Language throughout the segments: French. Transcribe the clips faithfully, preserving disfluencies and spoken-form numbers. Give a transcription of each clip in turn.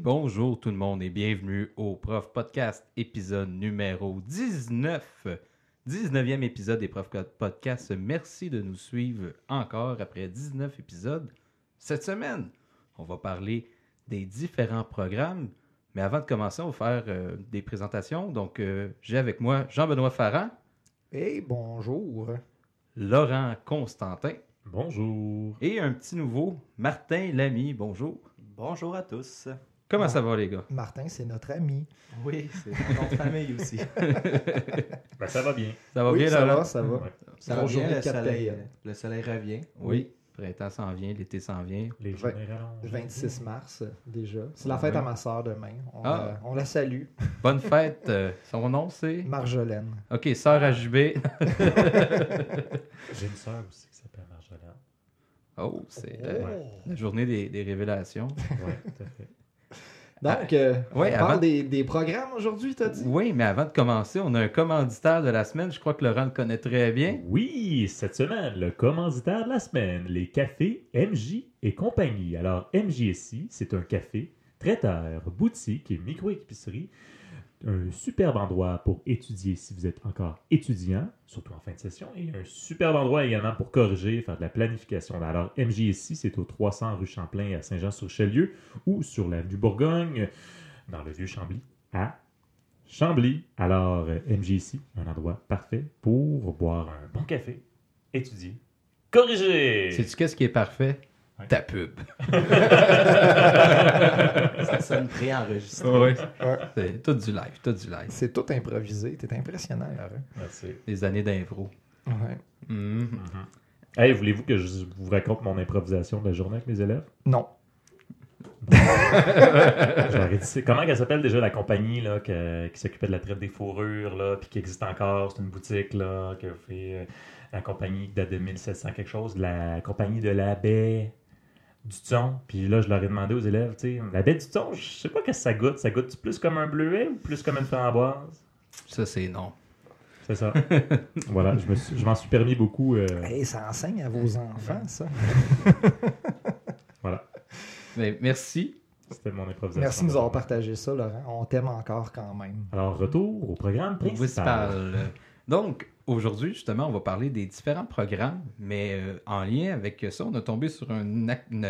bonjour tout le monde et bienvenue au Prof Podcast, épisode numéro dix-neuf. dix-neuvième épisode des Prof Podcast. Merci de nous suivre encore après dix-neuf épisodes. Cette semaine, on va parler des différents programmes. Mais avant de commencer, on va faire euh, des présentations. Donc, euh, j'ai avec moi Jean-Benoît Farran. Hey, bonjour. Laurent Constantin. Bonjour. Et un petit nouveau, Martin Lamy. Bonjour. Bonjour à tous. Comment Bon, ça va, les gars? Martin, c'est notre ami. Oui, c'est notre famille aussi. Ben, ça va bien. Ça va oui, bien, ça Laurent? va, ça va. Ouais. Ça Grosse va bien, journée le de quatre soleil, périodes. le soleil revient. Oui. Printemps s'en vient, l'été s'en vient. Les Ouais. journées rallongées. vingt-six mars, déjà. C'est la Ah, fête oui. à ma soeur demain. On, Ah. la, on la salue. Bonne fête. Euh, son nom, c'est... Marjolaine. OK, sœur à Jubé. J'ai une sœur aussi qui s'appelle Marjolaine. Oh, c'est Oh. euh, la journée des, des révélations. Oui, tout à fait. Donc, euh, ouais, on parle avant- des, des programmes aujourd'hui, t'as dit? Oui, mais avant de commencer, on a un commanditaire de la semaine. Je crois que Laurent le connaît très bien. Oui, cette semaine, le commanditaire de la semaine, les cafés M J et compagnie. Alors, M J S I, c'est un café, traiteur, boutique et micro-épicerie. Un superbe endroit pour étudier si vous êtes encore étudiant, surtout en fin de session, et un superbe endroit également pour corriger, faire de la planification. Alors, M J S I, c'est au trois cents rue Champlain à Saint-Jean-sur-Richelieu ou sur l'avenue Bourgogne, dans le Vieux-Chambly, à Chambly. Alors, euh, M J S I, un endroit parfait pour boire un bon café, étudier, corriger. Sais-tu qu'est-ce qui est parfait? Ouais. Ta pub. Ça sonne préenregistré. Oui. Ouais. C'est tout du live, tout du live. C'est tout improvisé. T'es impressionnant, Laurent. Merci. Des années d'impro. Ouais. Mhm. Hey, voulez-vous que je vous raconte mon improvisation de la journée avec mes élèves? Non. Je leur ai dit, c'est- comment elle s'appelle déjà la compagnie là, que- qui s'occupait de la traite des fourrures, là, puis qui existe encore, c'est une boutique là, qui a fait euh, la compagnie qui date de mille sept cents quelque chose, la compagnie de la baie du thon. Puis là, je leur ai demandé aux élèves, tu sais, la baie du thon, je sais pas qu'est-ce que ça goûte. Ça goûte plus comme un bleuet ou plus comme une framboise? Ça, c'est non. C'est ça. Voilà, je, me suis- je m'en suis permis beaucoup. euh, Hey, ça enseigne à vos enfants, ça. Voilà, Mais merci. c'était mon improvisation. Merci de nous avoir partagé ça, Laurent. On t'aime encore quand même. Alors, retour au programme principal. Principal. Donc, aujourd'hui, justement, on va parler des différents programmes, mais euh, en lien avec ça, on a tombé sur un, ac- une-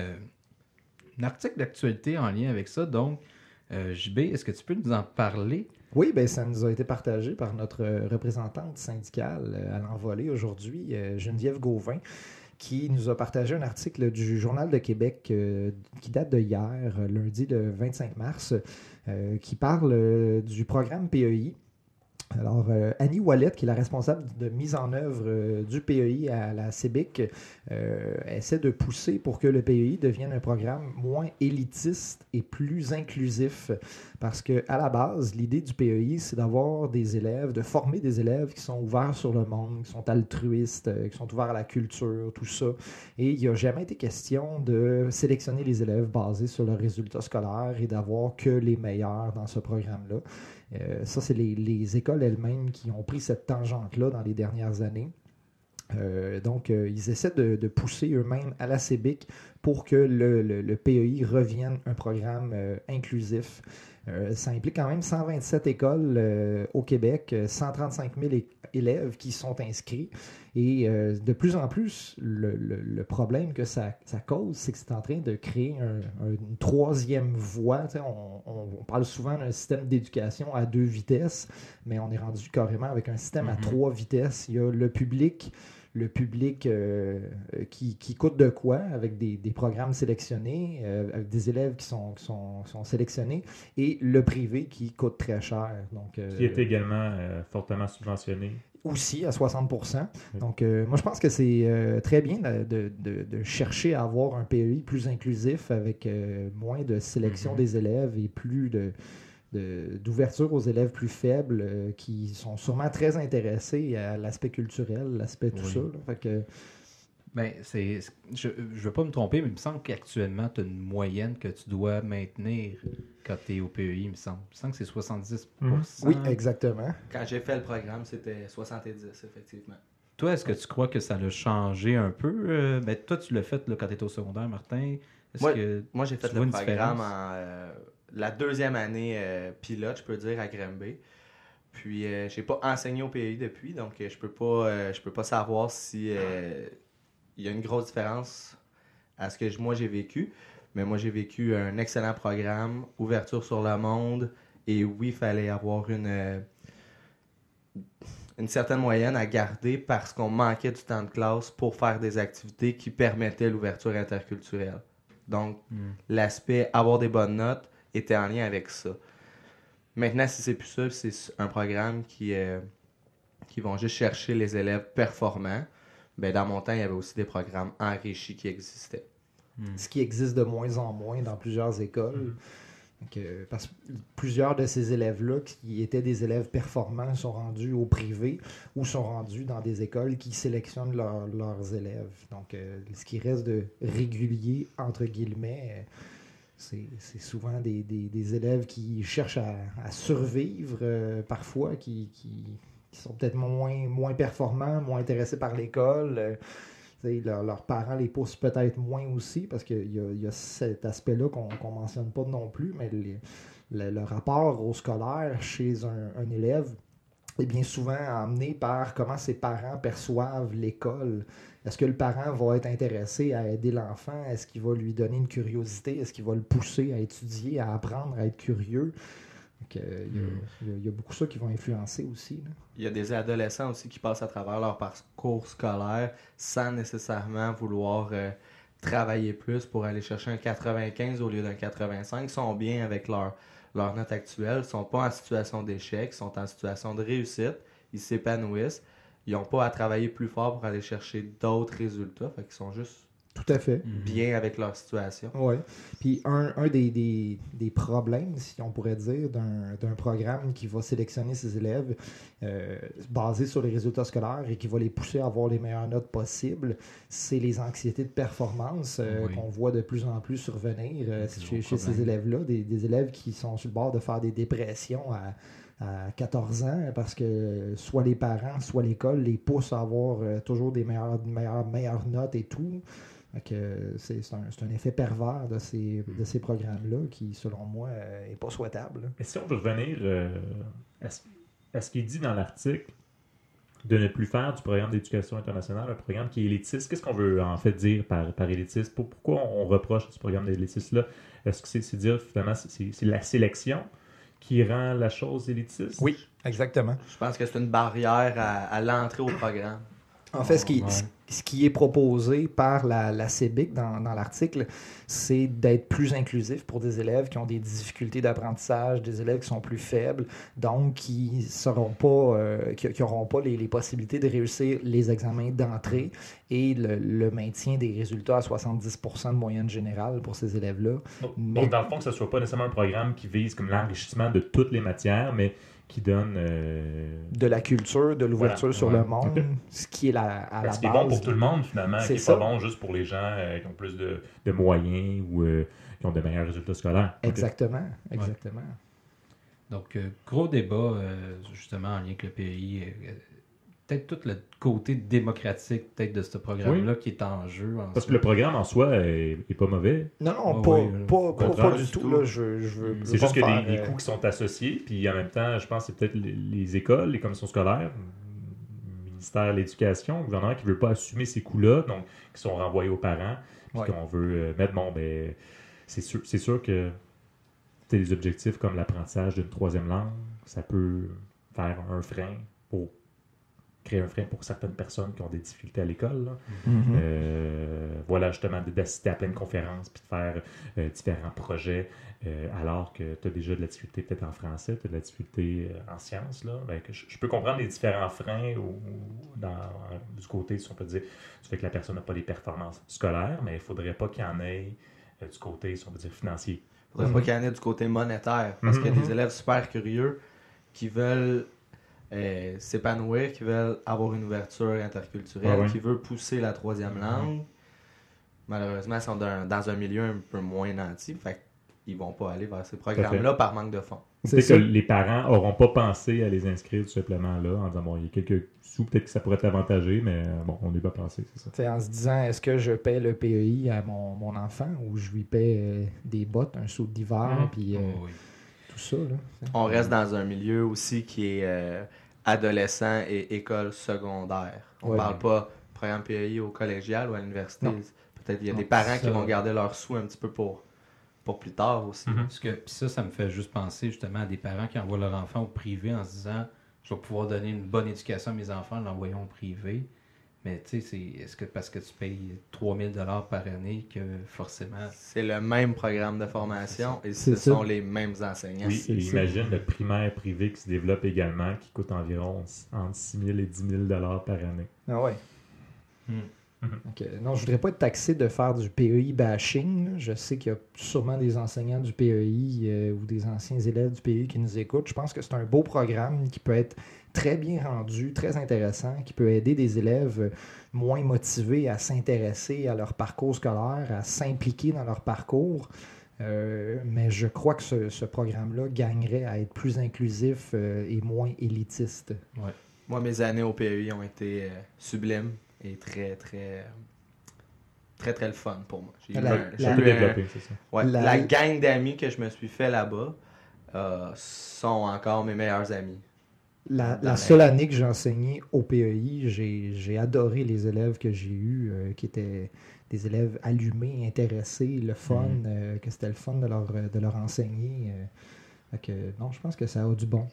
un article d'actualité en lien avec ça. Donc, euh, J B, est-ce que tu peux nous en parler? Oui, ben ça nous a été partagé par notre euh, représentante syndicale euh, à l'envolée aujourd'hui, euh, Geneviève Gauvin, qui nous a partagé un article du Journal de Québec euh, qui date de hier, euh, lundi le vingt-cinq mars, euh, qui parle euh, du programme P E I. Alors, euh, Annie Wallet, qui est la responsable de mise en œuvre euh, du P E I à la C B I C, euh, essaie de pousser pour que le P E I devienne un programme moins élitiste et plus inclusif. Parce qu'à la base, l'idée du P E I, c'est d'avoir des élèves, de former des élèves qui sont ouverts sur le monde, qui sont altruistes, euh, qui sont ouverts à la culture, tout ça. Et il n'a jamais été question de sélectionner les élèves basés sur leurs résultats scolaires et d'avoir que les meilleurs dans ce programme-là. Euh, ça, c'est les, les écoles elles-mêmes qui ont pris cette tangente-là dans les dernières années. Euh, donc, euh, ils essaient de, de pousser eux-mêmes à la C B I C pour que le, le- le P E I revienne un programme euh, inclusif. Euh, ça implique quand même cent vingt-sept écoles euh, au Québec, euh, cent trente-cinq mille é- élèves qui sont inscrits. Et euh, de plus en plus, le, le- le problème que ça, ça cause, c'est que c'est en train de créer un- un- une troisième voie. Tu sais, on, on- on parle souvent d'un système d'éducation à deux vitesses, mais on est rendu carrément avec un système à Mhm. trois vitesses. Il y a le public, le public euh, euh, qui, qui coûte de quoi, avec des, des programmes sélectionnés, euh, avec des élèves qui sont, qui sont, sont sélectionnés, et le privé qui coûte très cher. Donc, euh, Qui est également euh, fortement subventionné. aussi à soixante pour cent. Oui. Donc, euh, moi, je pense que c'est euh, très bien de, de- de- de chercher à avoir un P E I plus inclusif avec euh, moins de sélection Mhm. des élèves et plus de, de- d'ouverture aux élèves plus faibles euh, qui sont sûrement très intéressés à l'aspect culturel, l'aspect tout Oui. ça. là. Fait que, Ben, c'est, je ne veux pas me tromper, mais il me semble qu'actuellement, tu as une moyenne que tu dois maintenir quand tu es au P E I, il me semble. Il me semble que c'est soixante-dix pour cent. oui, exactement. Quand j'ai fait le programme, c'était soixante-dix, effectivement. Toi, est-ce que tu crois que ça l'a changé un peu? Euh, ben, toi, tu l'as fait là, quand tu étais au secondaire, Martin. Est-ce Moi- que Moi, j'ai fait Tu le vois une programme différence? en, euh, la deuxième année euh, pilote, je peux dire, à Granby. Puis, euh, je n'ai pas enseigné au P A I depuis, donc euh, je peux pas, euh, je peux pas savoir si euh, il y a une grosse différence à ce que je- moi j'ai vécu. Mais moi, j'ai vécu un excellent programme, ouverture sur le monde. Et oui, il fallait avoir une, euh, une certaine moyenne à garder parce qu'on manquait du temps de classe pour faire des activités qui permettaient l'ouverture interculturelle. Donc, Mm. l'aspect avoir des bonnes notes était en lien avec ça. Maintenant, si c'est plus ça, c'est un programme qui, euh, qui vont juste chercher les élèves performants. Ben, dans mon temps, il y avait aussi des programmes enrichis qui existaient. Mm. Ce qui existe de moins en moins dans plusieurs écoles. Donc, euh, parce que plusieurs de ces élèves-là, qui étaient des élèves performants, sont rendus au privé ou sont rendus dans des écoles qui sélectionnent leur- leurs élèves. Donc, euh, ce qui reste de régulier, entre guillemets, euh, c'est c'est souvent des, des- des élèves qui cherchent à, à survivre euh, parfois, qui, qui- qui sont peut-être moins, moins performants, moins intéressés par l'école. euh, tu sais, leur- leurs parents les poussent peut-être moins aussi, parce qu'il y a, il y a cet aspect-là qu'on ne mentionne pas non plus, mais les- le, le rapport au scolaire chez un, un élève est bien souvent amené par comment ses parents perçoivent l'école. Est-ce que le parent va être intéressé à aider l'enfant? Est-ce qu'il va lui donner une curiosité? Est-ce qu'il va le pousser à étudier, à apprendre, à être curieux? Donc, euh, il y a- il y a- il y a beaucoup ça qui vont influencer aussi, là. Il y a des adolescents aussi qui passent à travers leur parcours scolaire sans nécessairement vouloir euh, travailler plus pour aller chercher un quatre-vingt-quinze au lieu d'un quatre-vingt-cinq. Ils sont bien avec leur, leur note actuelle, ils sont pas en situation d'échec, ils sont en situation de réussite, ils s'épanouissent. Ils n'ont pas à travailler plus fort pour aller chercher d'autres résultats, fait qu'ils sont juste Tout à fait. Mhm. bien avec leur situation. Oui. Puis un, un des, des, des problèmes, si on pourrait dire, d'un d'un programme qui va sélectionner ses élèves euh, basé sur les résultats scolaires et qui va les pousser à avoir les meilleures notes possibles, c'est les anxiétés de performance euh, Oui. qu'on voit de plus en plus survenir euh, C'est chez, un chez ces problème. élèves-là. Des, des élèves qui sont sur le bord de faire des dépressions à à quatorze ans parce que soit les parents, soit l'école les poussent à avoir euh, toujours des meilleures, meilleures, meilleures notes et tout. Fait que c'est c'est un, c'est un effet pervers de ces, de ces programmes-là qui, selon moi, n'est pas souhaitable. là. Mais si on veut revenir euh, à, ce, à ce qui est dit dans l'article, de ne plus faire du programme d'éducation internationale un programme qui est élitiste, qu'est-ce qu'on veut en fait dire par, par élitiste? Pour- Pourquoi on reproche ce programme d'élitiste-là? Est-ce que c'est c'est dire finalement c'est- c'est c'est la sélection qui rend la chose élitiste? Oui, exactement. Je pense que c'est une barrière à, à l'entrée au programme. En fait, ce qui, Ouais. ce, ce qui est proposé par la, la C B I C dans, dans l'article, c'est d'être plus inclusif pour des élèves qui ont des difficultés d'apprentissage, des élèves qui sont plus faibles, donc qui seront pas, euh, qui n'auront pas les, les possibilités de réussir les examens d'entrée et le, le maintien des résultats à soixante-dix pour cent de moyenne générale pour ces élèves-là. Donc, Mais- donc, dans le fond, que ce ne soit pas nécessairement un programme qui vise comme l'enrichissement de toutes les matières, mais qui donne... euh, De la culture, de l'ouverture Voilà, sur ouais. le monde, ce qui est la, à la ce qui est base. bon pour tout le monde, finalement, C'est qui n'est ça. pas bon juste pour les gens euh, qui ont plus de, de moyens ou euh, qui ont de meilleurs résultats scolaires. Exactement, exactement. Donc, euh, gros débat, euh, justement, en lien avec le P A I. euh, peut-être tout le côté démocratique, peut-être, de ce programme-là qui est en jeu. En Parce que soi. le programme en soi est, est pas mauvais. Non, non, Ouais, pas, ouais, euh, pas, pas, contraire pas du du tout. tout. Là, je, je veux, je C'est veux juste pas qu'il y a faire, des, des euh, coûts qui sont associés, puis en même temps, je pense que c'est peut-être les, les écoles, les commissions scolaires, le ministère de l'Éducation, le gouvernement qui ne veut pas assumer ces coûts-là, donc qui sont renvoyés aux parents, puis Ouais. qu'on veut euh, mettre, bon, ben, c'est sûr, c'est sûr que t'as des objectifs comme l'apprentissage d'une troisième langue, ça peut faire un frein pour créer un frein pour certaines personnes qui ont des difficultés à l'école. là. Mhm. Euh, voilà, justement, de- d'assister à plein de conférences puis de faire euh, différents projets, euh, alors que tu as déjà de la difficulté peut-être en français, tu as de la difficulté euh, en sciences. Là. Ben, que je, je peux comprendre les différents freins ou, ou dans, du côté, si on peut dire, du fait que la personne n'a pas les performances scolaires, mais il ne faudrait pas qu'il y en ait euh, du côté, si on peut dire, financier. Il ne faudrait pas qu'il y en ait du côté monétaire. Parce qu'il y a Mhm. des élèves super curieux qui veulent euh, s'épanouir, qui veulent avoir une ouverture interculturelle, Ouais, ouais. qui veulent pousser la troisième langue. Malheureusement, ils sont dans, dans un milieu un peu moins nanti. Fait ils vont pas aller vers ces programmes-là par manque de fonds. C'est que les parents n'auront pas pensé à les inscrire tout simplement là, en disant, bon, il y a quelques sous, peut-être que ça pourrait t'avantager, mais bon, on n'est pas pensé, c'est ça. T'sais, en se disant, est-ce que je paie le P E I à mon, mon enfant ou je lui paie euh, des bottes, un saut d'hiver, Mmh. puis euh, Oh, oui. tout ça. Là, On reste dans un milieu aussi qui est euh, adolescent et école secondaire. On Ouais. parle pas programme P E I au collégial ou à l'université. Non. Peut-être il y a Non, des parents ça- qui vont garder leurs sous un petit peu pour, pour plus tard aussi. Mhm. Parce que, puis ça, ça me fait juste penser justement à des parents qui envoient leur enfant au privé en se disant je vais pouvoir donner une bonne éducation à mes enfants en l'envoyant au privé. Mais tu sais, c'est, est-ce que parce que tu payes trois mille dollars par année que forcément. C'est le même programme de formation et ce C'est ça. sont les mêmes enseignants. Oui, c'est- et c'est- imagine le primaire privé qui se développe également, qui coûte environ entre six mille et dix mille dollars par année. Ah ouais. Hmm. Ok. Non, je voudrais pas être taxé de faire du P E I bashing. Là. Je sais qu'il y a sûrement des enseignants du P E I euh, ou des anciens élèves du P E I qui nous écoutent. Je pense que c'est un beau programme qui peut être très bien rendu, très intéressant, qui peut aider des élèves euh, moins motivés à s'intéresser à leur parcours scolaire, à s'impliquer dans leur parcours. Euh, mais je crois que ce, ce programme-là gagnerait à être plus inclusif euh, et moins élitiste. Moi, mes années au P E I ont été euh, sublimes et très, très, très, très le fun pour moi. J'ai eu La- un- la- j'ai Ça eu peut un- développer, c'est ça. Ouais, La- la... gang d'amis que je me suis fait là-bas euh, sont encore mes meilleurs amis. La, Dans la la- seule année que j'ai enseigné au P E I, j'ai, j'ai adoré les élèves que j'ai eus, euh, qui étaient des élèves allumés, intéressés, le fun, Mhm. euh, que c'était le fun de leur, de leur enseigner. euh. Fait que, non, je pense que ça a du bon.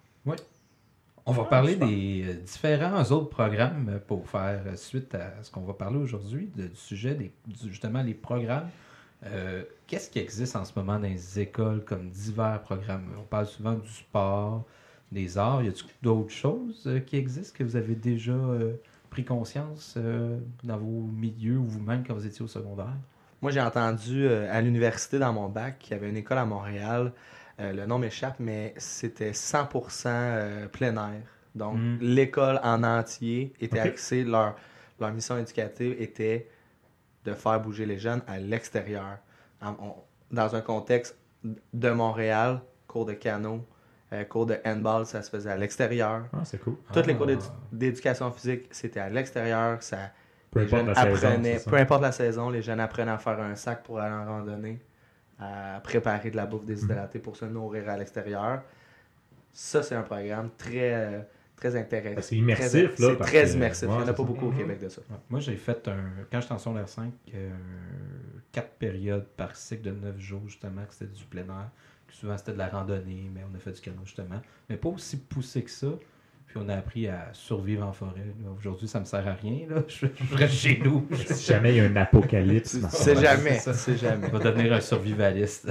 On va Ah, parler super. des euh, différents autres programmes euh, pour faire euh, suite à ce qu'on va parler aujourd'hui, de- du sujet des du- justement les programmes. Euh, qu'est-ce qui existe en ce moment dans les écoles comme divers programmes? On parle souvent du sport, des arts. Y a-t-il d'autres choses euh, qui existent que vous avez déjà euh, pris conscience euh, dans vos milieux ou vous-même quand vous étiez au secondaire? Moi, j'ai entendu euh, à l'université dans mon bac qu'il y avait une école à Montréal. Euh, le nom m'échappe, mais c'était cent pour cent euh, plein air. Donc, Mm. l'école en entier était Ok. axée, leur, leur mission éducative était de faire bouger les jeunes à l'extérieur. En- on- dans un contexte de Montréal, cours de canot, euh, cours de handball, ça se faisait à l'extérieur. Ah, c'est cool. Toutes les Ah. cours d'édu- d'éducation physique, c'était à l'extérieur. Ça, Peu les importe jeunes la saison, apprenaient, c'est ça. peu importe la saison, les jeunes apprenaient à faire un sac pour aller en randonnée, à préparer de la bouffe déshydratée pour se nourrir à l'extérieur. Ça, c'est un programme très, euh, très intéressant. C'est immersif, Très- là, C'est parce très que- immersif. ouais, Il n'y en a c'est pas ça. beaucoup au Mhm. Québec de ça. Ouais. Moi, j'ai fait un. Quand j'étais en secondaire cinq, euh, quatre périodes par cycle de neuf jours, justement, que c'était du plein air. Puis souvent, c'était de la randonnée, mais on a fait du canot, justement. Mais pas aussi poussé que ça. Puis on a appris à survivre en forêt. Là, aujourd'hui, ça me sert à rien. Là. Je, je reste chez nous. Je Si jamais il y a un apocalypse. Tu non. sais Ouais, jamais. c'est ça. C'est jamais. vais devenir un survivaliste.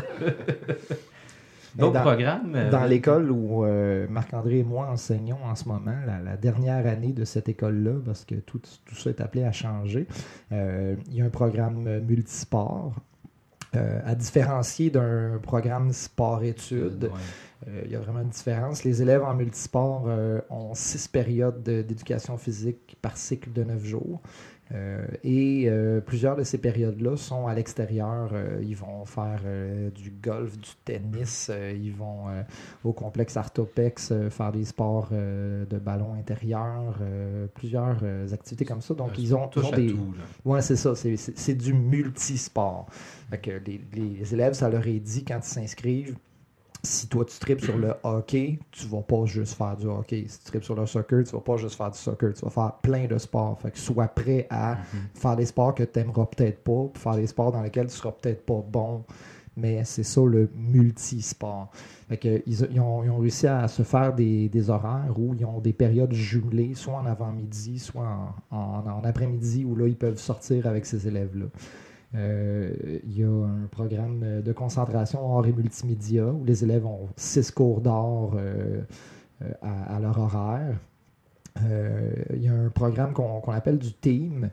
Mais D'autres dans- programmes? euh, Dans l'école où euh, Marc-André et moi enseignons en ce moment, la, la dernière année de cette école-là, parce que tout, tout ça est appelé à changer, euh, il y a un programme euh, multisport. Euh, à différencier d'un programme sport-études, ouais. euh, il y a vraiment une différence. Les élèves en multisport euh, ont six périodes de- d'éducation physique par cycle de neuf jours. Euh, et euh, plusieurs de ces périodes-là sont à l'extérieur. Euh, ils vont faire euh, du golf, du tennis. euh, ils vont euh, au complexe Artopex euh, faire des sports euh, de ballon intérieur. euh, plusieurs euh, activités comme ça. Donc, Ouais, ils ont, ils touche ont à des... tout, là. Ouais, c'est ça. C'est, c'est, c'est du multisport. Fait que les, les élèves, ça leur est dit quand ils s'inscrivent, si toi tu tripes sur le hockey, tu vas pas juste faire du hockey. Si tu tripes sur le soccer, tu vas pas juste faire du soccer. Tu vas faire plein de sports. Fait que sois prêt à faire des sports que tu n'aimeras peut-être pas, puis faire des sports dans lesquels tu seras peut-être pas bon. Mais c'est ça le multisport. Fait que ils, ils, ont, ils ont réussi à se faire des, des horaires où ils ont des périodes jumelées, soit en avant-midi, soit en, en, en après-midi, où là, ils peuvent sortir avec ces élèves-là. Euh, il y a un programme de concentration art et multimédia où les élèves ont six cours d'art euh, euh, à, à leur horaire. Euh, il y a un programme qu'on qu'on appelle du team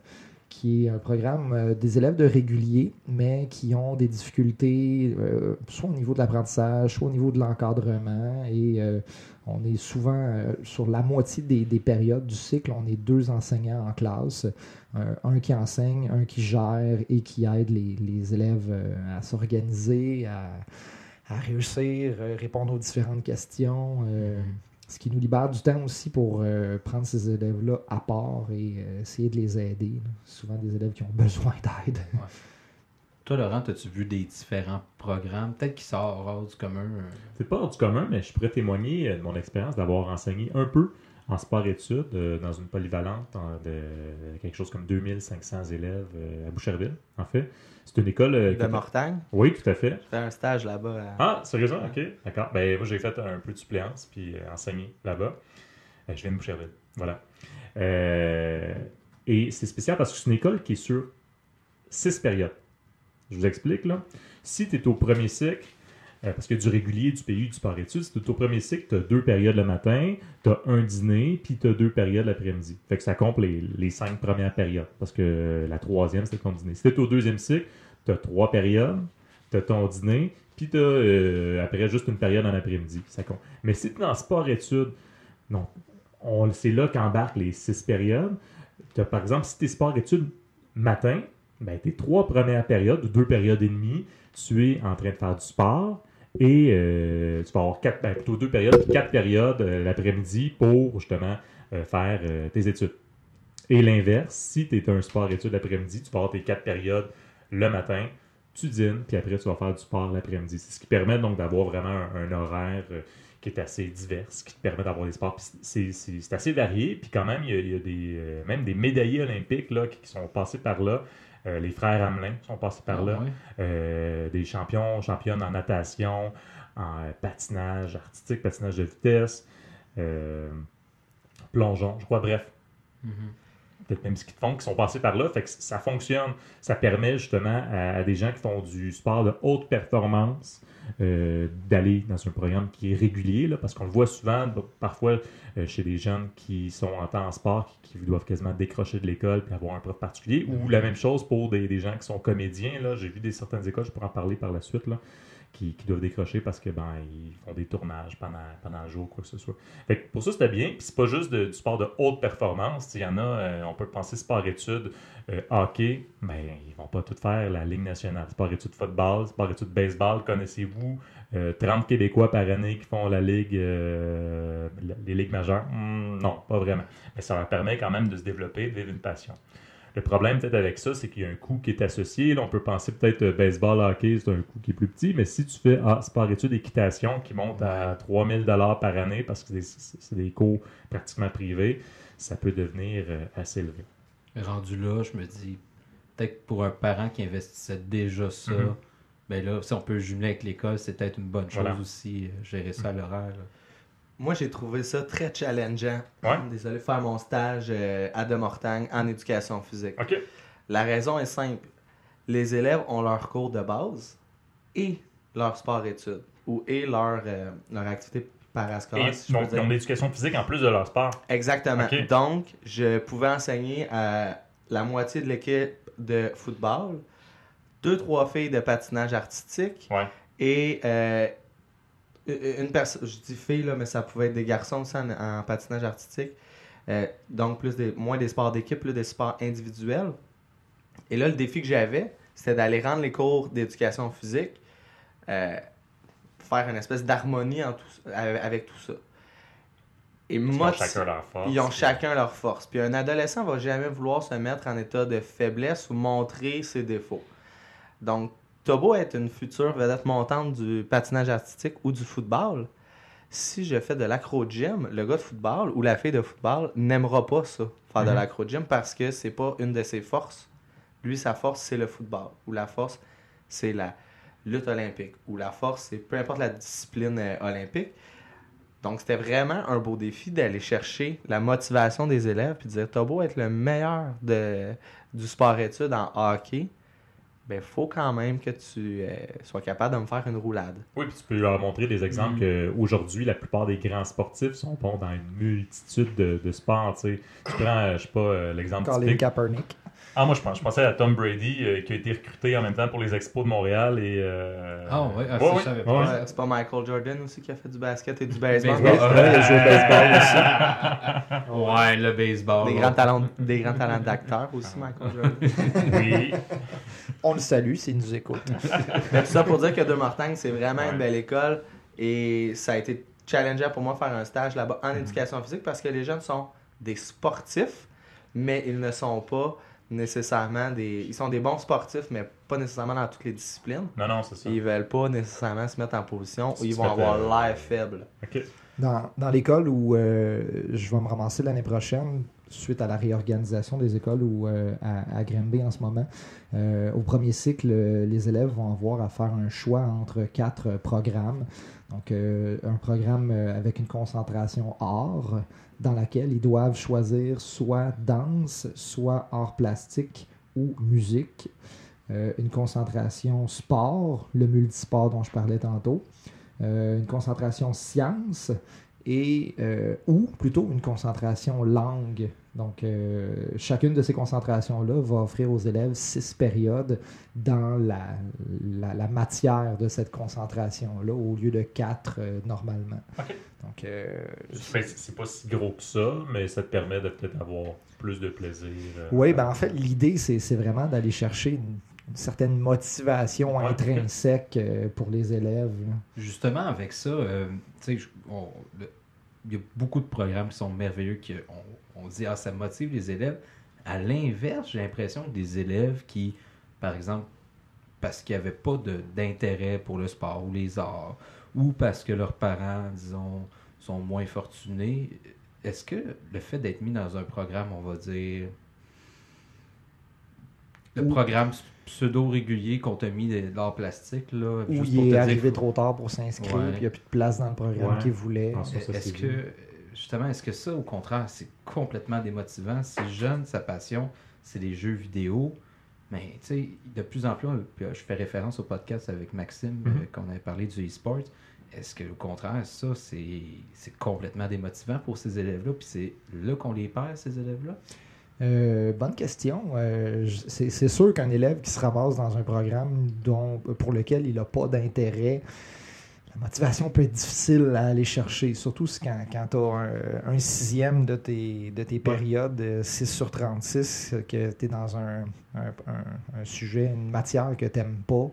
qui est un programme euh, des élèves de régulier, mais qui ont des difficultés, euh, soit au niveau de l'apprentissage, soit au niveau de l'encadrement. Et euh, on est souvent euh, sur la moitié des, des périodes du cycle, on est deux enseignants en classe, euh, un qui enseigne, un qui gère et qui aide les, les élèves euh, à s'organiser, à, à réussir, euh, répondre aux différentes questions. Euh, Ce qui nous libère du temps aussi pour euh, prendre ces élèves-là à part et euh, essayer de les aider. Là. Souvent des élèves qui ont besoin d'aide. Ouais. Toi, Laurent, as-tu vu des différents programmes, peut-être qui sortent hors du commun? euh? C'est pas hors du commun, mais je pourrais témoigner de mon expérience d'avoir enseigné un peu en sport-études euh, dans une polyvalente en- de quelque chose comme deux mille cinq cents élèves euh, à Boucherville, en fait. C'est une école... euh, De qui- Mortagne. Oui, tout à fait. J'ai fait un stage là-bas. à- Ah, sérieusement? OK, d'accord. Ben, moi, j'ai fait un peu de suppléance, puis euh, enseigné là-bas. Euh, je viens de Boucherville, voilà. Euh, et c'est spécial parce que c'est une école qui est sur six périodes. Je vous explique, là. Si tu es au premier cycle, euh, parce qu'il y a du régulier, du P U, du sport-études, si tu es au premier cycle, tu as deux périodes le matin, tu as un dîner, puis tu as deux périodes l'après-midi. Fait que ça compte les, les cinq premières périodes, parce que euh, la troisième, c'est ton dîner. Si tu es au deuxième cycle, tu as trois périodes, tu as ton dîner, puis tu as euh, après juste une période en après-midi. Ça compte. Mais si tu es dans sport-études, non. On, c'est là qu'embarquent les six périodes. T'as, par exemple, si tu es sport-études matin, ben, tes trois premières périodes, ou deux périodes et demie, tu es en train de faire du sport et euh, tu vas avoir quatre, ben, plutôt deux périodes, puis quatre périodes euh, l'après-midi pour justement euh, faire euh, tes études. Et l'inverse, si tu es un sport-études l'après-midi, tu vas avoir tes quatre périodes le matin, tu dînes, puis après tu vas faire du sport l'après-midi. C'est ce qui permet donc d'avoir vraiment un, un horaire euh, qui est assez divers, qui te permet d'avoir des sports. Puis c'est, c'est, c'est assez varié, puis quand même, il y a, il y a des, euh, même des médaillés olympiques là, qui, qui sont passés par là. Euh, les frères Hamelin sont passés par Ah, là. ouais. Euh, des champions, championnes en natation, en euh, patinage artistique, patinage de vitesse, euh, plongeon, je crois, bref. Mhm. Peut-être même ski de fond qui sont passés par là. Fait que ça fonctionne. Ça permet justement à, à des gens qui font du sport de haute performance euh, d'aller dans un programme qui est régulier, là, parce qu'on le voit souvent, bah, parfois, euh, chez des jeunes qui sont en temps en sport, qui, qui doivent quasiment décrocher de l'école et avoir un prof particulier, ou la même chose pour des, des gens qui sont comédiens. Là. J'ai vu des certaines écoles, je pourrais en parler par la suite, là, qui, qui doivent décrocher parce que ben ils font des tournages pendant, pendant le jour, quoi que ce soit. Fait que pour ça, c'était bien. Puis c'est pas juste de- du sport de haute performance. Il y en a, euh, on peut penser sport-études, euh, hockey, mais ils vont pas tout faire la Ligue nationale. Sport-études football, sport-études baseball, connaissez-vous euh, trente Québécois par année qui font la Ligue, euh, la- les Ligues majeures? Hmm, non, pas vraiment. Mais ça leur permet quand même de se développer, de vivre une passion. Le problème peut-être avec ça, c'est qu'il y a un coût qui est associé. Là, on peut penser peut-être euh, baseball, hockey, c'est un coût qui est plus petit, mais si tu fais ah, sport-études, équitation qui monte à trois mille dollars par année parce que c'est, c'est- c'est des cours pratiquement privés, ça peut devenir euh, assez élevé. Rendu là, je me dis, peut-être pour un parent qui investissait déjà ça, Mhm. ben là, si on peut jumeler avec l'école, c'est peut-être une bonne chose Voilà. aussi, euh, gérer ça à l'horaire. là. Moi, j'ai trouvé ça très challengeant. Ouais. Désolé, faire mon stage euh, à De Mortagne en éducation physique. OK. La raison est simple. Les élèves ont leur cours de base et leur sport-études ou et leur, euh, leur activité parascolaire, Et si je peux donc, ils dire. ont de l'éducation physique en plus de leur sport. Exactement. Ok. Donc, je pouvais enseigner à la moitié de l'équipe de football, deux, trois filles de patinage artistique Ouais. et euh, une personne, je dis filles, là, mais ça pouvait être des garçons aussi en, en patinage artistique. Euh, donc, plus des, moins des sports d'équipe, plus des sports individuels. Et là, le défi que j'avais, c'était d'aller rendre les cours d'éducation physique, euh, faire une espèce d'harmonie en tout- avec, avec tout ça. Et Parce qu'ils moi, ont chacun leur force. ils ont chacun leur force. Puis un adolescent va jamais vouloir se mettre en état de faiblesse ou montrer ses défauts. Donc, t'as beau être une future vedette montante du patinage artistique ou du football, si je fais de l'acro-gym, le gars de football ou la fille de football n'aimera pas ça, faire de Mhm. l'acro-gym, parce que c'est pas une de ses forces. Lui, sa force, c'est le football. Ou la force, c'est la lutte olympique. Ou la force, c'est peu importe la discipline euh, olympique. Donc, c'était vraiment un beau défi d'aller chercher la motivation des élèves puis de dire, t'as beau être le meilleur de, du sport-études en hockey, ben faut quand même que tu euh, sois capable de me faire une roulade. Oui, puis tu peux leur montrer des exemples Mhm. qu'aujourd'hui, la plupart des grands sportifs sont bons dans une multitude de, de sports. Tu sais, tu prends, euh, je sais pas, euh, l'exemple Colin typique. Kaepernick. Ah, moi, je, pense, je pensais à Tom Brady euh, qui a été recruté en même temps pour les Expos de Montréal. Et, euh... Ah, ouais, ah, ouais, ça, ouais, je savais ouais, pas. ouais. Ouais, c'est pas Michael Jordan aussi qui a fait du basket et du baseball. Baseball. Ouais, il a joué au baseball aussi. Ouais, le baseball. Des grands talents, des grands talents d'acteur aussi, Michael Jordan. Oui. On le salue s'il nous écoute. Mais tout ça pour dire que De Mortagne, c'est vraiment Ouais. une belle école et ça a été challengeant pour moi de faire un stage là-bas en éducation physique parce que les jeunes sont des sportifs, mais ils ne sont pas nécessairement des... Ils sont des bons sportifs, mais pas nécessairement dans toutes les disciplines. Non, non, c'est ça. Ils veulent pas nécessairement se mettre en position où Tu ils te vont fais, avoir euh, l'air faible. OK. Dans, dans l'école où euh, je vais me ramasser l'année prochaine, suite à la réorganisation des écoles où, euh, à, à Granby en ce moment, euh, au premier cycle, euh, les élèves vont avoir à faire un choix entre quatre euh, programmes. Donc, euh, un programme euh, avec une concentration art, dans laquelle ils doivent choisir soit danse, soit art plastique ou musique. Euh, une concentration sport, le multisport dont je parlais tantôt. Euh, une concentration sciences et euh, ou plutôt une concentration langue. Donc, euh, chacune de ces concentrations-là va offrir aux élèves six périodes dans la, la, la matière de cette concentration-là au lieu de quatre euh, normalement. OK. Donc, euh, Fait que c'est pas si gros que ça, mais ça te permet de peut-être avoir plus de plaisir. euh, oui, ben en fait, l'idée, c'est, c'est vraiment d'aller chercher une, une certaine motivation Ouais. intrinsèque euh, pour les élèves. là. Justement, avec ça, euh, tu sais, je- on- le- il y a beaucoup de programmes qui sont merveilleux, qui on, on dit, ah, ça motive les élèves. À l'inverse, j'ai l'impression que des élèves qui, par exemple, parce qu'il n'y avait pas de- d'intérêt pour le sport ou les arts, ou parce que leurs parents, disons, sont moins fortunés, est-ce que le fait d'être mis dans un programme, on va dire, le Ou- programme pseudo-régulier qu'on t'a mis de l'art plastique, là, Ou juste il pour est te dire- arrivé trop tard pour s'inscrire, Ouais. puis il n'y a plus de place dans le programme Ouais. qu'il voulait. Ah, ça, ça, Est-ce c'est que, bien. justement, est-ce que ça, au contraire, c'est complètement démotivant? C'est jeune, sa passion, c'est les jeux vidéo. Mais, tu sais, de plus en plus, puis, euh, je fais référence au podcast avec Maxime, Mhm. euh, qu'on avait parlé du e-sport. Est-ce que, au contraire, ça, c'est c'est complètement démotivant pour ces élèves-là? Puis c'est là qu'on les perd, ces élèves-là? Euh, bonne question. Euh, je- c'est, c'est sûr qu'un élève qui se ramasse dans un programme dont, pour lequel il n'a pas d'intérêt, la motivation peut être difficile à aller chercher, surtout si quand, quand tu as un, un sixième de tes, de tes périodes, euh, six sur trente-six, euh, que tu es dans un, un, un- un sujet, une matière que tu n'aimes pas.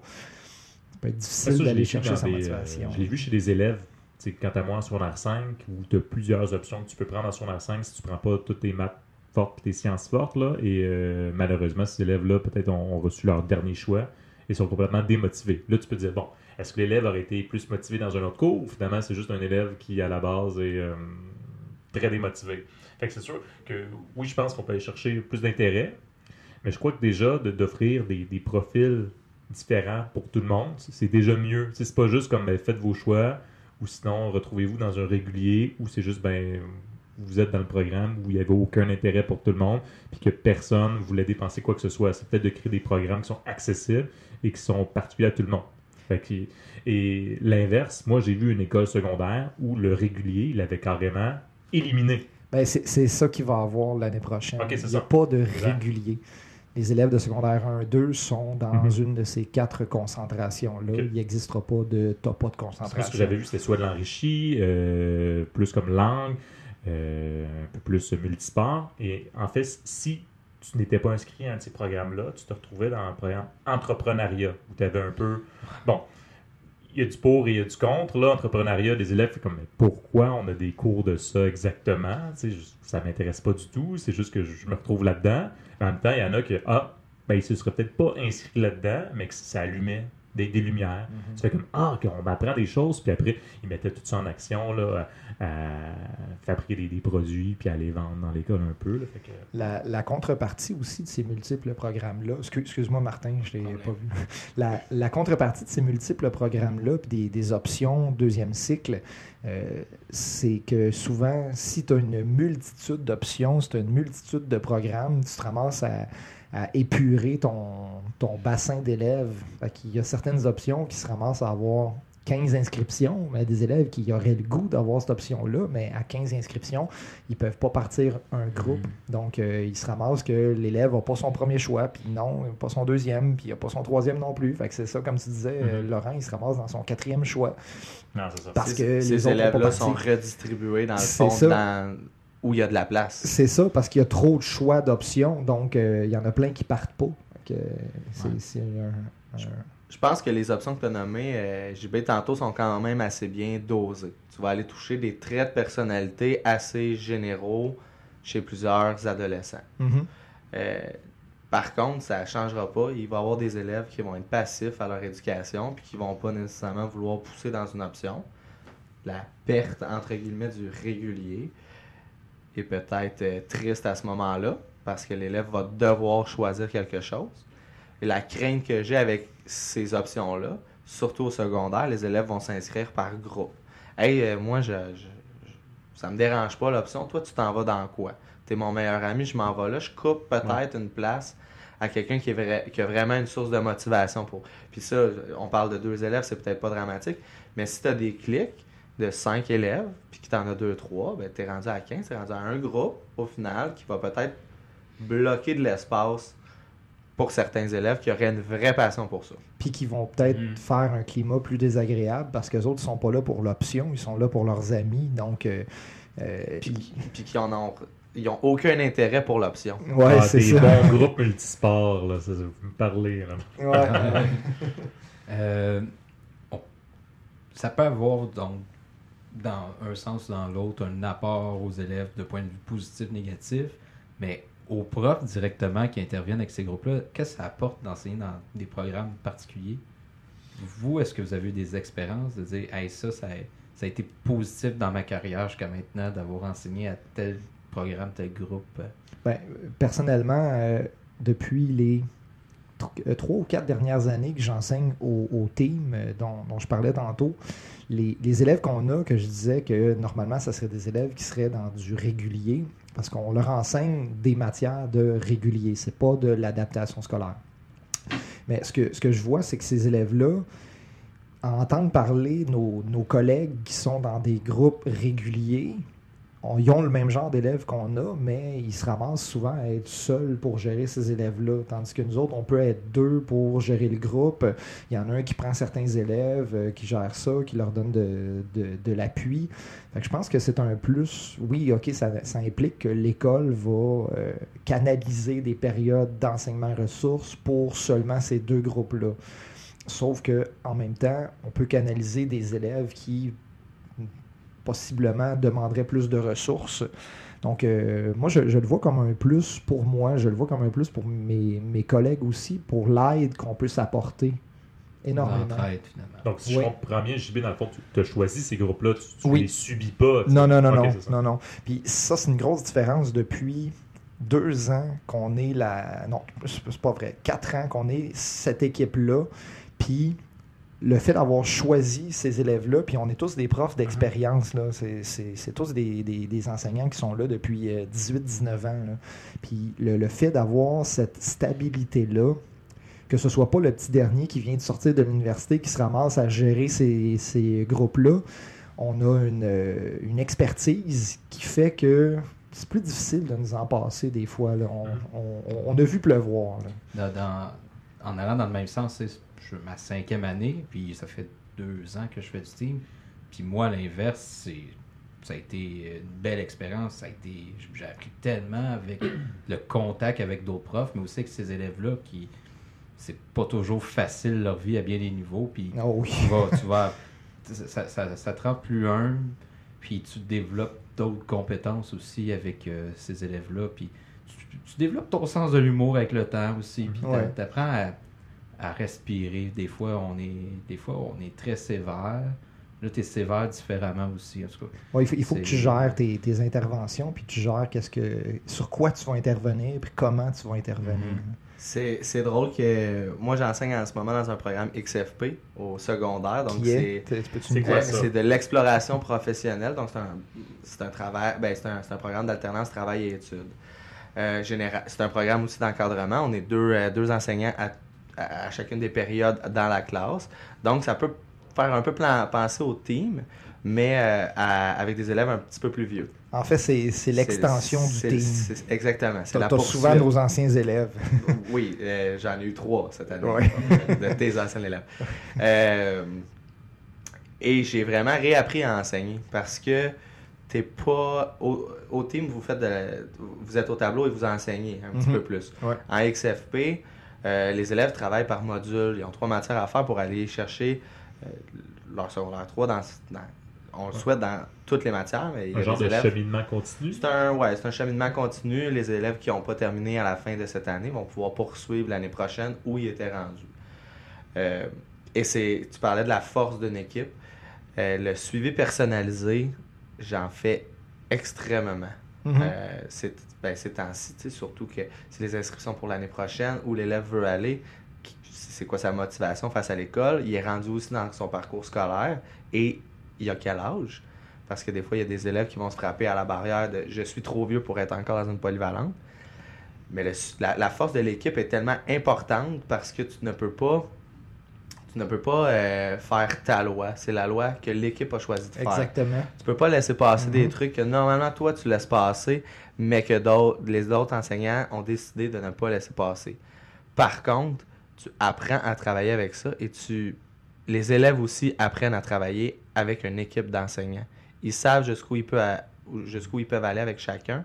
Ça peut être Ça, difficile je l'ai d'aller vu chercher dans sa des, motivation. euh, je l'ai vu chez des élèves, tu sais, quant à moi, en secondaire cinq, où tu as plusieurs options que tu peux prendre en secondaire cinq si tu ne prends pas toutes tes maths fortes et tes sciences fortes. Là, et euh, malheureusement, ces élèves-là, peut-être, ont, ont reçu leur dernier choix et sont complètement démotivés. Là, tu peux te dire, bon, est-ce que l'élève aurait été plus motivé dans un autre cours ou finalement, c'est juste un élève qui, à la base, est euh, très démotivé? Fait que c'est sûr que, oui, je pense qu'on peut aller chercher plus d'intérêt, mais je crois que déjà, de- d'offrir des, des profils différents pour tout le monde, c'est déjà mieux. Tu sais, c'est pas juste comme ben, faites vos choix, ou sinon retrouvez-vous dans un régulier, où c'est juste ben vous êtes dans le programme où il n'y avait aucun intérêt pour tout le monde, puis que personne ne voulait dépenser quoi que ce soit. C'est peut-être de créer des programmes qui sont accessibles et qui sont particuliers à tout le monde. Fait que, et l'inverse, moi j'ai vu une école secondaire où le régulier, il avait carrément éliminé. Ben, c'est, c'est ça qu'il va avoir l'année prochaine. Ok, c'est il n'y a ça. pas de Exact. régulier. Les élèves de secondaire un deux sont dans Mhm. une de ces quatre concentrations-là. Ok. Il n'existera pas de t'as pas de Parce que concentration. ce que j'avais vu, c'était soit de l'enrichi, euh, plus comme langue, euh, un peu plus multisport. Et en fait, si tu n'étais pas inscrit à un de ces programmes-là, tu te retrouvais dans un programme entrepreneuriat, où tu avais un peu... Bon, il y a du pour et il y a du contre. Là, entrepreneuriat, les élèves, c'est comme, mais pourquoi on a des cours de ça exactement? Tu sais, je- ça ne m'intéresse pas du tout, c'est juste que je, je me retrouve là-dedans. En même temps, il y en a que, ah, ben, ils ne se seraient peut-être pas inscrits là-dedans, mais que ça allumait des, des lumières. Tu fais comme, ah, OK, on apprend des choses, puis après, ils mettaient tout ça en action, là, à, à fabriquer des, des produits, puis à les vendre dans l'école un peu. Là, fait que... La, la contrepartie aussi de ces multiples programmes-là, excuse- excuse-moi Martin, je ne l'ai pas vu. La, la contrepartie de ces multiples programmes-là, puis des, des options deuxième cycle, euh, c'est que souvent, si tu as une multitude d'options, si tu as une multitude de programmes, tu te ramasses à, à épurer ton, ton bassin d'élèves. Fait qu'il y a certaines options qui se ramassent à avoir quinze inscriptions, mais des élèves qui auraient le goût d'avoir cette option-là, mais à quinze inscriptions, ils ne peuvent pas partir un groupe. Mm. Donc, euh, ils se ramassent que l'élève n'a pas son premier choix, puis non, pas son deuxième, puis il n'a pas son troisième non plus. Fait que c'est ça, comme tu disais, mm-hmm. euh, Laurent, il se ramasse dans son quatrième choix. Non, c'est ça. Parce c'est, que ces les élèves-là sont redistribués dans le c'est fond dans, où il y a de la place. C'est ça, parce qu'il y a trop de choix d'options, donc euh, il y en a plein qui partent pas. Fait que, c'est, ouais. c'est un... un Je pense que les options que tu as nommées, euh, J B, tantôt, sont quand même assez bien dosées. Tu vas aller toucher des traits de personnalité assez généraux chez plusieurs adolescents. Mm-hmm. Euh, par contre, ça ne changera pas. Il va y avoir des élèves qui vont être passifs à leur éducation puis qui ne vont pas nécessairement vouloir pousser dans une option. La perte, entre guillemets, du régulier est peut-être euh, triste à ce moment-là parce que l'élève va devoir choisir quelque chose. Et la crainte que j'ai avec ces options-là, surtout au secondaire, les élèves vont s'inscrire par groupe. Hey, euh, moi, je, je, je, ça me dérange pas l'option. Toi, tu t'en vas dans quoi? T'es mon meilleur ami, je m'en vais là. Je coupe peut-être ouais. une place à quelqu'un qui, est vrai, qui a vraiment une source de motivation pour. Puis ça, on parle de deux élèves, c'est peut-être pas dramatique, mais si tu as des clics de cinq élèves, puis que tu en as deux, trois, ben, tu es rendu à quinze, tu es rendu à un groupe, au final, qui va peut-être bloquer de l'espace pour certains élèves qui auraient une vraie passion pour ça. Puis qui vont peut-être mmh. faire un climat plus désagréable parce qu'eux autres ne sont pas là pour l'option, ils sont là pour leurs amis. Donc, euh, euh, puis, puis qui en ont, ils n'ont aucun intérêt pour l'option. Ouais, ah, c'est des ça. bons groupes multisports, là, ça, vous me parlez. Là. Ouais. euh, on, ça peut avoir, donc, dans un sens ou dans l'autre, un apport aux élèves de point de vue positif, négatif, mais aux profs directement qui interviennent avec ces groupes-là, qu'est-ce que ça apporte d'enseigner dans des programmes particuliers? Vous, est-ce que vous avez eu des expériences de dire hey, ça, ça a, ça a été positif dans ma carrière jusqu'à maintenant d'avoir enseigné à tel programme, tel groupe? Ben, personnellement, euh, depuis les t- trois ou quatre dernières années que j'enseigne au, au team euh, dont, dont je parlais tantôt, les, les élèves qu'on a, que je disais que normalement, ça serait des élèves qui seraient dans du régulier, parce qu'on leur enseigne des matières de régulier, c'est pas de l'adaptation scolaire. Mais ce que, ce que je vois, c'est que ces élèves-là entendent parler nos, nos collègues qui sont dans des groupes réguliers. On, ils ont le même genre d'élèves qu'on a, mais ils se ramassent souvent à être seuls pour gérer ces élèves-là. Tandis que nous autres, on peut être deux pour gérer le groupe. Il y en a un qui prend certains élèves, euh, qui gère ça, qui leur donne de, de, de l'appui. Fait que je pense que c'est un plus. Oui, OK, ça, ça implique que l'école va euh, canaliser des périodes d'enseignement ressources pour seulement ces deux groupes-là. Sauf qu'en même temps, on peut canaliser des élèves qui possiblement demanderait plus de ressources. Donc, euh, moi, je, je le vois comme un plus pour moi, je le vois comme un plus pour mes, mes collègues aussi, pour l'aide qu'on peut s'apporter énormément. L'entraide, finalement. Donc, si oui. je comprends bien, J B, dans le fond, tu as choisi ces groupes-là, tu, tu oui. les subis pas. Tu non, non, non, okay, non, non, non. Puis ça, c'est une grosse différence depuis deux ans qu'on est la... Non, c'est pas vrai. Quatre ans qu'on est cette équipe-là. Puis le fait d'avoir choisi ces élèves-là, puis on est tous des profs d'expérience, là. C'est, c'est, c'est tous des, des, des enseignants qui sont là depuis dix-huit dix-neuf ans. Là. Puis le, le fait d'avoir cette stabilité-là, que ce soit pas le petit dernier qui vient de sortir de l'université qui se ramasse à gérer ces, ces groupes-là, on a une, une expertise qui fait que c'est plus difficile de nous en passer des fois. Là. On, on, on a vu pleuvoir. Là. Dans, dans, en allant dans le même sens, c'est je, ma cinquième année, puis ça fait deux ans que je fais du team. Puis moi, à l'inverse, c'est, ça a été une belle expérience. Ça a été, j'ai appris tellement avec le contact avec d'autres profs, mais aussi avec ces élèves-là qui... C'est pas toujours facile leur vie à bien des niveaux. Puis oh oui. tu vas... Tu vas ça, ça, ça te rend plus humble, puis tu développes d'autres compétences aussi avec euh, ces élèves-là. Puis tu, tu développes ton sens de l'humour avec le temps aussi. Puis ouais. tu apprends à... à respirer. Des fois, on est des fois on est très sévère. Là, tu es sévère différemment aussi. En tout cas, ouais, il faut, il faut que tu gères tes, tes interventions, puis tu gères qu'est-ce que, sur quoi tu vas intervenir, puis comment tu vas intervenir. Mm-hmm. C'est, c'est drôle que moi, j'enseigne en ce moment dans un programme X F P au secondaire. Donc Qui est, c'est, c'est, quoi, ça? C'est de l'exploration professionnelle. Donc, c'est un, c'est un, travail, ben, c'est un, c'est un programme d'alternance travail et études. Euh, général, c'est un programme aussi d'encadrement. On est deux, euh, deux enseignants à à chacune des périodes dans la classe. Donc, ça peut faire un peu plan- penser au team, mais euh, à- avec des élèves un petit peu plus vieux. En fait, c'est, c'est l'extension C'est- du c'est- team. c'est- exactement. C'est T'as, la t'as poursuite. souvent nos anciens élèves. Oui, euh, j'en ai eu trois cette année. Ouais. De tes anciens élèves. Euh, et j'ai vraiment réappris à enseigner parce que t'es pas. Au, au team, vous faites de- vous êtes au tableau et vous enseignez un petit Mhm. peu plus. Ouais. En X F P, euh, les élèves travaillent par module. Ils ont trois matières à faire pour aller chercher euh, leur secondaire trois dans, dans- on le souhaite dans toutes les matières, mais il y a Un genre des de élèves. cheminement continu. C'est un, ouais, c'est un cheminement continu. Les élèves qui n'ont pas terminé à la fin de cette année vont pouvoir poursuivre l'année prochaine où ils étaient rendus. Euh, et c'est, tu parlais de la force d'une équipe. Euh, le suivi personnalisé, j'en fais extrêmement. Mhm. Euh, c'est, ben, ces temps-ci, tu sais, surtout que c'est les inscriptions pour l'année prochaine où l'élève veut aller. qui- C'est quoi sa motivation face à l'école? Il est rendu aussi dans son parcours scolaire et il a quel âge? Parce que des fois, il y a des élèves qui vont se frapper à la barrière de « je suis trop vieux pour être encore dans une polyvalente ». Mais le- la, la force de l'équipe est tellement importante parce que tu ne peux pas, tu ne peux pas euh, faire ta loi. C'est la loi que l'équipe a choisi de faire. Exactement. Tu peux pas laisser passer Mhm. des trucs que normalement toi tu laisses passer, mais que d'autres, les autres enseignants ont décidé de ne pas laisser passer. Par contre, tu apprends à travailler avec ça et tu, les élèves aussi apprennent à travailler avec une équipe d'enseignants. Ils savent jusqu'où ils peuvent, jusqu'où ils peuvent aller avec chacun.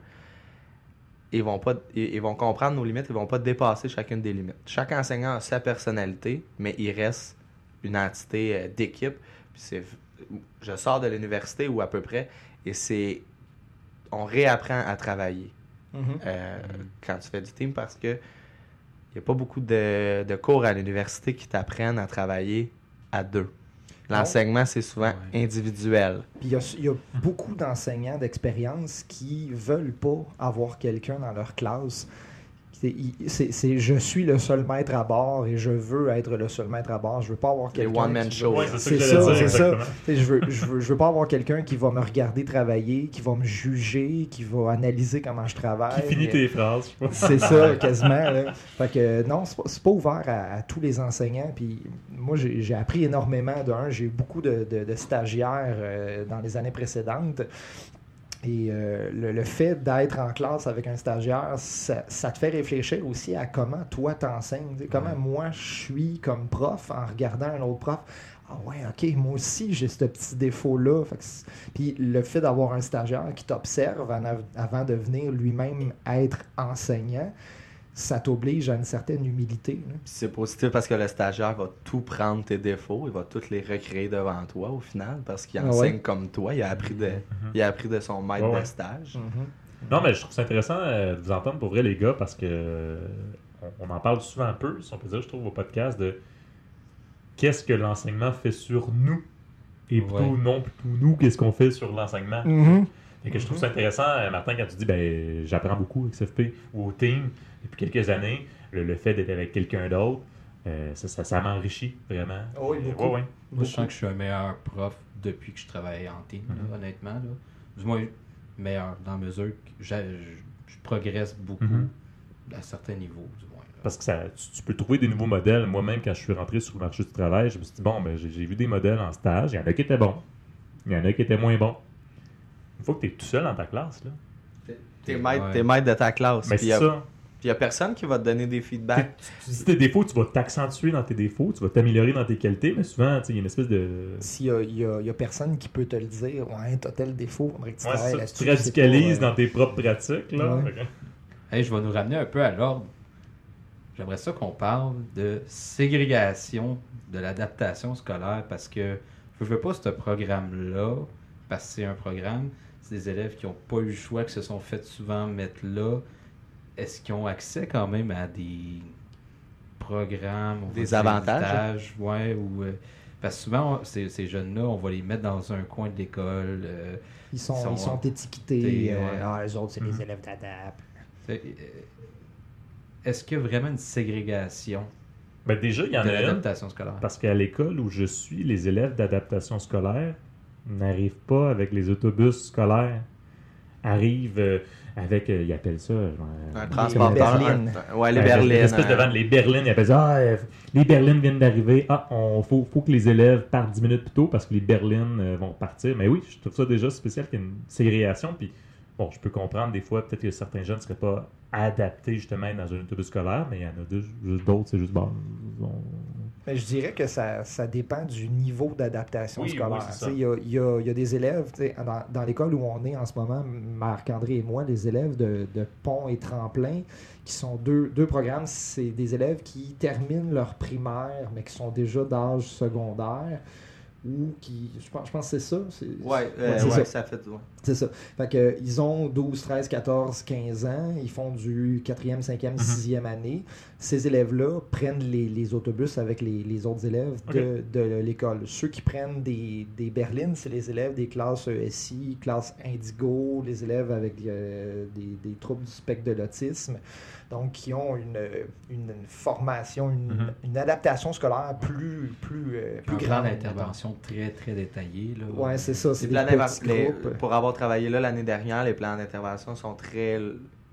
Ils vont pas, ils, ils vont comprendre nos limites, ils vont pas dépasser chacune des limites. Chaque enseignant a sa personnalité, mais il reste une entité euh, d'équipe. Puis c'est, je sors de l'université ou à peu près, et c'est, on réapprend à travailler Mhm. euh, quand tu fais du team parce que il n'y a pas beaucoup de, de cours à l'université qui t'apprennent à travailler à deux. L'enseignement, c'est souvent Ouais. individuel. Puis il y a, il y a beaucoup d'enseignants d'expérience qui veulent pas avoir quelqu'un dans leur classe. C'est, il- c'est, c'est je suis le seul maître à bord et je veux être le seul maître à bord. Je veux pas avoir Les quelqu'un. one-man qui shows. va- Ouais, c'est ça C'est que ça, j'allais dire, c'est ça. exactement. Tu sais, Je veux, je, veux, je veux pas avoir quelqu'un qui va me regarder travailler, qui va me juger, qui va analyser comment je travaille. Qui finit tes phrases, je sais pas. C'est ça, quasiment. Là. Fait que non, c'est pas, c'est pas ouvert à, à tous les enseignants. Puis moi, j'ai, j'ai appris énormément. D'un, j'ai eu beaucoup de, de- de stagiaires euh, dans les années précédentes. Et euh, le, le fait d'être en classe avec un stagiaire, ça, ça te fait réfléchir aussi à comment toi t'enseignes. Tu sais, comment Ouais. moi je suis comme prof en regardant un autre prof. Ah ouais, ok, moi aussi j'ai ce petit défaut-là. Fait que c'est- Puis le fait d'avoir un stagiaire qui t'observe en av- avant de venir lui-même être enseignant, ça t'oblige à une certaine humilité. là. Puis c'est positif parce que le stagiaire va tout prendre tes défauts, il va tous les recréer devant toi au final parce qu'il Ah enseigne ouais. comme toi, il a appris de, il a appris de son maître Ouais, ouais. de stage. Non, mais je trouve ça intéressant euh, de vous entendre pour vrai, les gars, parce que euh, on, on en parle souvent un peu, si on peut dire, je trouve, au podcast, de qu'est-ce que l'enseignement fait sur nous et plutôt Ouais. non, plutôt nous, qu'est-ce qu'on fait sur l'enseignement. Mhm. Fait que je trouve ça intéressant, euh, Martin, quand tu dis ben j'apprends beaucoup avec X F P ou au team depuis quelques années, le, le fait d'être avec quelqu'un d'autre, euh, ça, ça, ça m'enrichit vraiment. Oh oui, Euh, beaucoup. ouais, ouais. Moi, je sens que je suis un meilleur prof depuis que je travaille en team, là, Mhm. honnêtement. Là. Du moins, meilleur dans la mesure que j'a- je, je progresse beaucoup Mhm. à certains niveaux, du moins. là. Parce que ça, tu, tu peux trouver des nouveaux modèles. Moi-même, quand je suis rentré sur le marché du travail, je me suis dit, bon, ben, j'ai, j'ai vu des modèles en stage. Il y en a qui étaient bons. Il y en a qui étaient moins bons. Une fois que tu es tout seul dans ta classe, là, T'es maître, Ouais. t'es maître de ta classe. ben, Puis c'est il ça. n'y a personne qui va te donner des feedbacks. Si tes défauts, tu vas t'accentuer dans tes défauts, tu vas t'améliorer dans tes qualités, mais souvent, tu sais, il y a une espèce de... S'il y a, il y a- il y a personne qui peut te le dire, ouais, t'as tel défaut, faudrait que tu Ouais, c'est travailles ça, là-dessus. tu te radicalises c'est pas, euh, dans tes propres pratiques. Là. Ouais. Fait que- Hey, je vais nous ramener un peu à l'ordre. J'aimerais ça qu'on parle de ségrégation de l'adaptation scolaire parce que je veux pas ce programme-là, parce que c'est un programme, c'est des élèves qui n'ont pas eu le choix, qui se sont fait souvent mettre là. Est-ce qu'ils ont accès quand même à des programmes, on va Des dire, avantages, stages, ouais, ou, euh, parce que souvent, on- ces, ces jeunes-là, on va les mettre dans un coin de l'école. euh, Ils sont, Ils sont- ils sont étiquetés. T'es- euh, ouais. Ah, les autres, c'est Mhm. les élèves d'adap. c'est- euh, Est-ce qu'il y a vraiment une ségrégation Ben, déjà, il y en de a une. l'adaptation scolaire? Parce qu'à l'école où je suis, les élèves d'adaptation scolaire n'arrivent pas avec les autobus scolaires. Arrivent, euh, avec, euh, ils appellent ça... Euh, Un Les transporteur. berlines. un- ouais, les euh, berlines. l'espèce de hein. van, les berlines, ils appellent ça, ah, euh, les berlines viennent d'arriver, ah, on faut, faut que les élèves partent dix minutes plus tôt parce que les berlines euh, vont partir. Mais oui, je trouve ça déjà spécial qu'il y ait une ségrégation, puis bon, je peux comprendre des fois, peut-être que certains jeunes ne seraient pas adaptés justement à être dans un autobus scolaire, mais il y en a deux, juste d'autres, c'est juste bon. on- Mais je dirais que ça, ça dépend du niveau d'adaptation Oui, scolaire. oui, c'est ça. Tu sais, Il y, a, il y a- il y a des élèves, tu sais, dans, dans l'école où on est en ce moment, Marc-André et moi, les élèves de, de Pont et Tremplin, qui sont deux, deux programmes, c'est des élèves qui terminent leur primaire, mais qui sont déjà d'âge secondaire, ou qui, je pense, je pense que c'est ça. C'est, Ouais, euh, c'est ouais, ça. ça fait ouais. C'est ça. Fait que, ils ont douze, treize, quatorze, quinze ans. Ils font du quatrième, cinquième, sixième année. Ces élèves-là prennent les, les autobus avec les, les autres élèves de, de l'école. Ceux qui prennent des, des berlines, c'est les élèves des classes E S I, classes Indigo, les élèves avec euh, des, des troubles du spectre de l'autisme. Donc, qui ont une, une, une formation, une, Mhm. une adaptation scolaire plus, plus, euh, plus Un plan grande. d'intervention très, très détaillé. Là. Ouais, c'est ça. C'est Les des plans petits d'intervention- les- groupes. pour avoir travaillé là l'année dernière, les plans d'intervention sont très,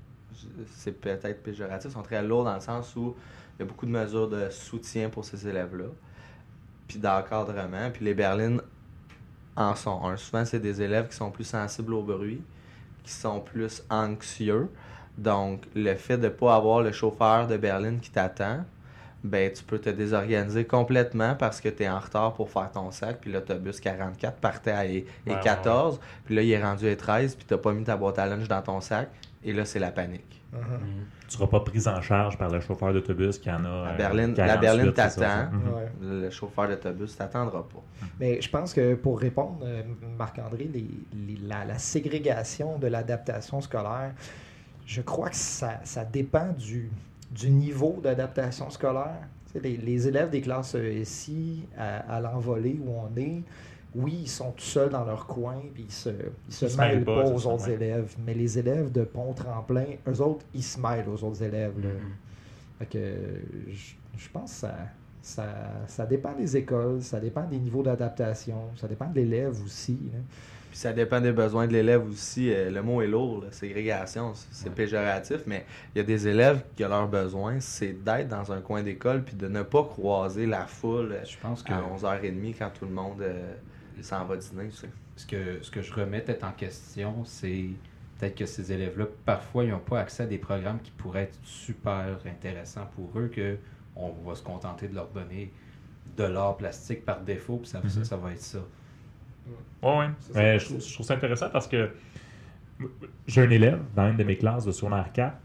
c'est peut-être péjoratif, sont très lourds dans le sens où il y a beaucoup de mesures de soutien pour ces élèves-là, puis d'encadrement, puis les berlines en sont un. Souvent, c'est des élèves qui sont plus sensibles au bruit, qui sont plus anxieux. Donc, le fait de ne pas avoir le chauffeur de berline qui t'attend, ben tu peux te désorganiser complètement parce que tu es en retard pour faire ton sac, puis l'autobus quarante-quatre partait à et Ouais, quatorze, ouais, ouais. Puis là, il est rendu à treize, puis tu n'as pas mis ta boîte à lunch dans ton sac, et là, c'est la panique. Mhm. Tu ne seras pas pris en charge par le chauffeur d'autobus qui en a. La euh, berline, la quarante-huit, berline c'est ça, ça. t'attend, Mhm. Ouais. le chauffeur d'autobus t'attendra pas. Mais je pense que pour répondre, euh, Marc-André, les- les- la, la ségrégation de l'adaptation scolaire, je crois que ça, ça dépend du, du niveau d'adaptation scolaire. Tu sais, les, les élèves des classes E S I à, à l'envolée où on est, oui, ils sont tout seuls dans leur coin, puis ils se, ils se Ils se mêlent mêlent pas pas, aux c'est ça, autres ouais. élèves. Mais les élèves de Pont-Tremplin, eux autres, ils se mêlent aux autres élèves. là. Mhm. Fait que je, je pense que ça, ça, ça dépend des écoles, ça dépend des niveaux d'adaptation, ça dépend de l'élève aussi. là. Puis ça dépend des besoins de l'élève aussi. Euh, le mot est lourd, là, ségrégation, c'est c'est Ouais. péjoratif, mais il y a des élèves qui ont leur besoin, c'est d'être dans un coin d'école puis de ne pas croiser la foule euh, Je pense que à onze heures trente quand tout le monde euh, s'en va dîner. Tu sais. ce que, ce que je remets peut-être en question, c'est peut-être que ces élèves-là, parfois, ils n'ont pas accès à des programmes qui pourraient être super intéressants pour eux, que on va se contenter de leur donner de l'art plastique par défaut, puis ça, ça, Mhm. ça va être ça. Oui, oui. Ça, Mais c'est je, je trouve ça intéressant parce que j'ai un élève dans une de mes classes de secondaire quatre.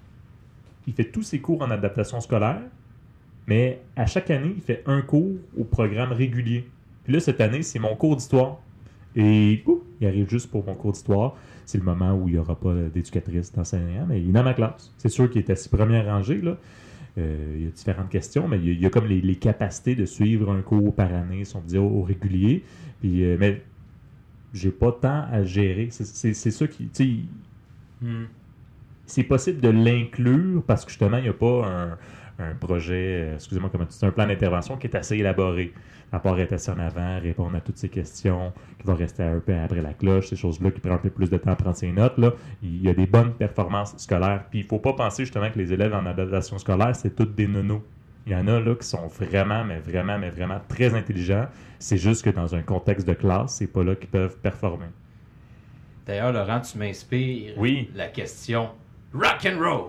Il fait tous ses cours en adaptation scolaire, mais à chaque année, il fait un cours au programme régulier. Puis là, cette année, c'est mon cours d'histoire. Et ouf, il arrive juste pour mon cours d'histoire. C'est le moment où il n'y aura pas d'éducatrice, d'enseignant, mais il est dans ma classe. C'est sûr qu'il est assis première rangée, là. Euh, il y a différentes questions, mais il y a, il y a comme les, les capacités de suivre un cours par année, si on dit au, au régulier. Puis, euh, mais j'ai pas de temps à gérer. C'est, c'est, c'est ça qui. Tu sais, c'est possible de l'inclure parce que justement, il n'y a pas un, un projet, euh, excusez-moi, comment tu dis, un plan d'intervention qui est assez élaboré. À part être assis en avant, répondre à toutes ces questions, qui va rester un peu après la cloche, ces choses-là, qui prennent un peu plus de temps à prendre ses notes. Là. Il y a des bonnes performances scolaires. Puis il ne faut pas penser justement que les élèves en adaptation scolaire, c'est tous des nonos. Il y en a là qui sont vraiment, mais vraiment, mais vraiment très intelligents. C'est juste que dans un contexte de classe, c'est pas là qu'ils peuvent performer. D'ailleurs, Laurent, tu m'inspires Oui. la question rock and roll.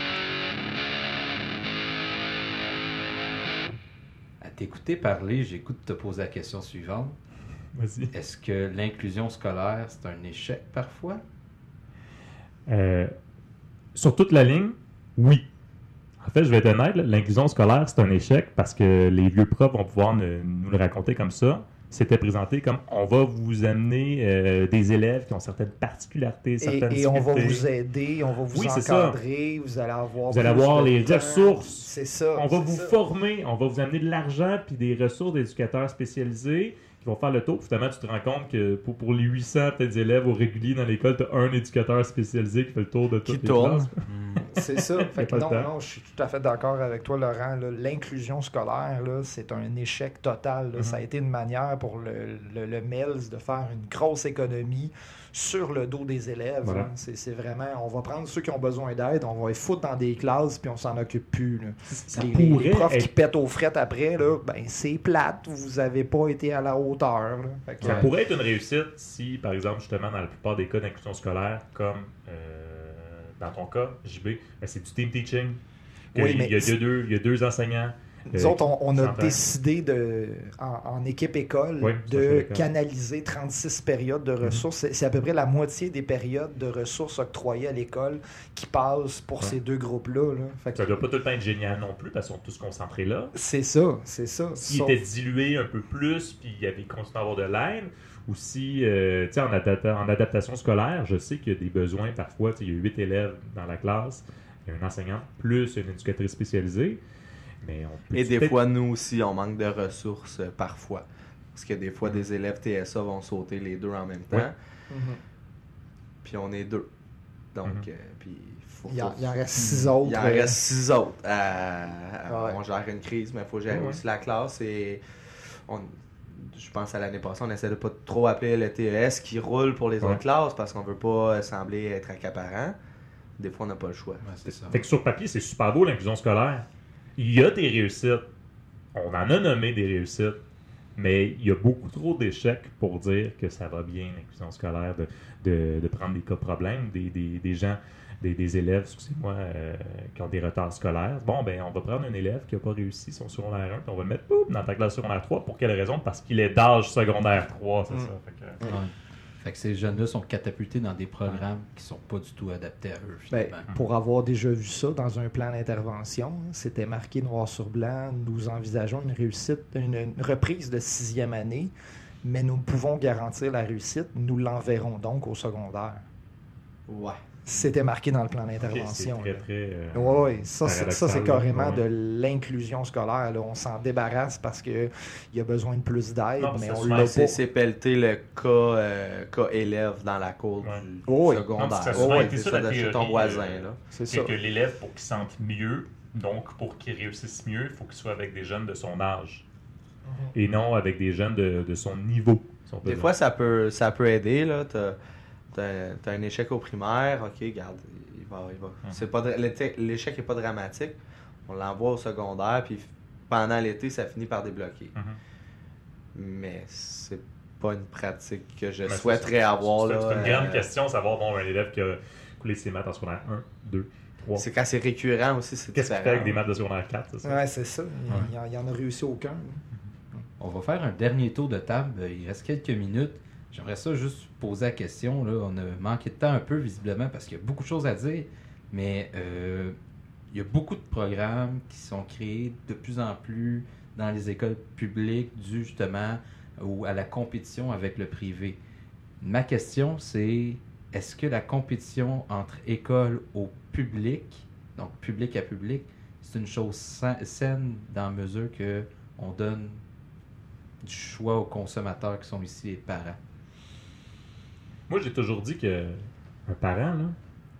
À t'écouter parler, j'écoute te poser la question suivante. Vas-y. Est-ce que l'inclusion scolaire, c'est un échec parfois? Euh, sur toute la ligne, oui. En fait, je vais être honnête, là, l'inclusion scolaire, c'est un échec parce que les vieux profs vont pouvoir ne- nous le raconter comme ça. C'était présenté comme on va vous amener euh, des élèves qui ont certaines particularités, Et, certaines et on va difficultés. vous aider, on va vous Oui, c'est ça. encadrer, vous allez avoir Vous allez plus avoir de les temps. ressources. C'est ça. On va c'est vous ça. former, on va vous amener de l'argent puis des ressources d'éducateurs spécialisés qui vont faire le tour. Puis finalement, tu te rends compte que pour, pour les huit cents peut-être élèves au régulier dans l'école, tu as un éducateur spécialisé qui fait le tour de toutes Qui les tourne. classes. C'est ça. Fait que pas de non, temps. non, je suis tout à fait d'accord avec toi, Laurent. là. L'inclusion scolaire, là, c'est un échec total. là. Mhm. Ça a été une manière pour le, le, le M E L S de faire une grosse économie sur le dos des élèves. Voilà. hein. C'est, c'est vraiment, on va prendre ceux qui ont besoin d'aide, on va les foutre dans des classes, puis on s'en occupe plus. là. Ça Les, les- pourrait les profs être- qui pètent aux frettes après, là, ben, c'est plate, vous n'avez pas été à la hauteur. là. Fait que- Ça Ouais. pourrait être une réussite si, par exemple, justement, dans la plupart des cas d'inclusion scolaire, comme euh, dans ton cas, J B, ben, c'est du team teaching. Que Oui, il, mais y a c'est- deux, il y a deux enseignants. Nous euh, autres, on, on qui a s'entendent. décidé de, en, en équipe école Oui, ça, je suis de d'accord. canaliser trente-six périodes de ressources. C'est, c'est à peu près la moitié des périodes de ressources octroyées à l'école qui passent pour Ouais. ces deux groupes-là. là. Fait que Ça doit pas tout le temps être génial non plus, parce qu'ils sont tous concentrés là. c'est ça, c'est ça. S'ils Sauf- étaient dilués un peu plus, puis il y avait continué à avoir de l'aide, ou si, euh, tu sais, en, adapta- en adaptation scolaire, je sais qu'il y a des besoins parfois, tu sais, il y a huit élèves dans la classe, il y a un enseignant plus une éducatrice spécialisée, mais on peut Et des peut-être- fois, nous aussi, on manque de ressources euh, parfois. Parce que des fois, des élèves T S A vont sauter les deux en même temps. Ouais. Mhm. Puis on est deux. Donc, Mhm. euh, puis faut, Il, en, faut- il en reste six autres. il en euh, reste six autres. à- à- Ouais. On gère une crise, mais il faut gérer Ouais. aussi la classe. Et on, je pense à l'année passée, on essaie de pas trop appeler le T E S qui roule pour les Ouais. autres classes parce qu'on veut pas sembler être accaparant. Des fois, on n'a pas le choix. Ouais, c'est ça. Fait que sur papier, c'est super beau l'inclusion scolaire. Il y a des réussites. On en a nommé des réussites. Mais il y a beaucoup trop d'échecs pour dire que ça va bien, l'inclusion scolaire, de, de, de prendre des cas problèmes, des, des, des gens, des, des élèves, excusez-moi, euh, qui ont des retards scolaires. Bon, ben, on va prendre un élève qui n'a pas réussi son secondaire un, puis on va le mettre boum, dans ta classe secondaire trois. Pour quelle raison? Parce qu'il est d'âge secondaire trois, c'est Mm. ça. Fait que- Ouais. Fait que ces jeunes-là sont catapultés dans des programmes qui sont pas du tout adaptés à eux, Ben, finalement. pour avoir déjà vu ça dans un plan d'intervention, hein, c'était marqué noir sur blanc, nous envisageons une réussite, une, une reprise de sixième année, mais nous pouvons garantir la réussite, nous l'enverrons donc au secondaire. Ouais. C'était marqué dans le plan Ok, c'est d'intervention. très, là. très... euh, Oui, oui, ça, c'est- ça c'est paradoxal, carrément là. de l'inclusion scolaire. là. On s'en débarrasse parce qu'il y a besoin de plus d'aide, Non, mais c'est on souvent, l'a C'est, pas. c'est pelleter le cas, euh, cas élève dans la cour Ouais. du Oh oui. secondaire. Non, c'est ça, Oh souvent, oui, c'est c'est ça, ça la de chez ton théorie, voisin. euh, Là. C'est C'est ça. que l'élève, pour qu'il sente mieux, donc pour qu'il réussisse mieux, il faut qu'il soit avec des jeunes de son âge. Et non avec des jeunes de, de son niveau. si on peut Des dire. fois, ça peut, ça peut aider. Là. T'as, t'as, t'as un échec au primaire, ok, regarde, il va, il va. C'est pas, dra- l'été- l'échec n'est pas dramatique. On l'envoie au secondaire, puis pendant l'été, ça finit par débloquer. Mhm. Mais c'est pas une pratique que je Mais c'est souhaiterais ça. avoir. C'est, là, c'est une grande euh, question, savoir bon, un élève qui a coulé ses maths en secondaire un, deux, trois. C'est quand c'est récurrent aussi, c'est Qu'est-ce qu'il différent. fait avec des maths de secondaire quatre, c'est ça? Ouais, c'est ça. Il, il en- il en a réussi aucun. On va faire un dernier tour de table. Il reste quelques minutes. J'aimerais ça juste poser la question. Là. On a manqué de temps un peu, visiblement, parce qu'il y a beaucoup de choses à dire. Mais euh, il y a beaucoup de programmes qui sont créés de plus en plus dans les écoles publiques, dû justement ou à la compétition avec le privé. Ma question, c'est est-ce que la compétition entre écoles au public, donc public à public, c'est une chose sa- saine dans la mesure que on donne du choix aux consommateurs qui sont ici les parents? Moi, j'ai toujours dit que un parent, là,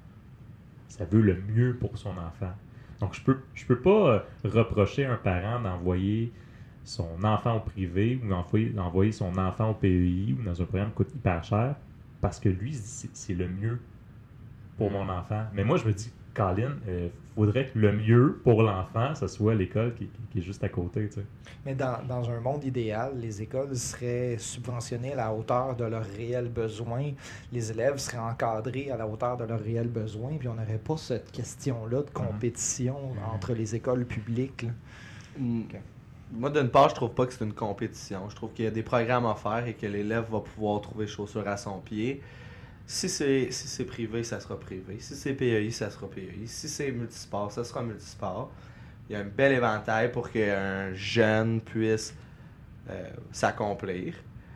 ça veut le mieux pour son enfant. Donc, je peux, je peux pas euh, reprocher à un parent d'envoyer son enfant au privé ou d'envoyer, d'envoyer son enfant au P E I ou dans un programme qui coûte hyper cher parce que lui, c'est, c'est le mieux pour mon enfant. Mais moi, je me dis, Colin, il faudrait que le mieux pour l'enfant, ce soit l'école qui, qui- qui est juste à côté. Tu sais. Mais dans, dans un monde idéal, les écoles seraient subventionnées à la hauteur de leurs réels besoins. Les élèves seraient encadrés à la hauteur de leurs réels besoins. Puis on n'aurait pas cette question-là de compétition entre les écoles publiques. là. Mm. Ok. Moi, d'une part, je trouve pas que c'est une compétition. Je trouve qu'il y a des programmes à faire et que l'élève va pouvoir trouver chaussure à son pied. Si c'est, si c'est privé, ça sera privé. Si c'est P E I, ça sera P E I. Si c'est multisport, ça sera multisport. Il y a un bel éventail pour qu'un jeune puisse euh, s'accomplir.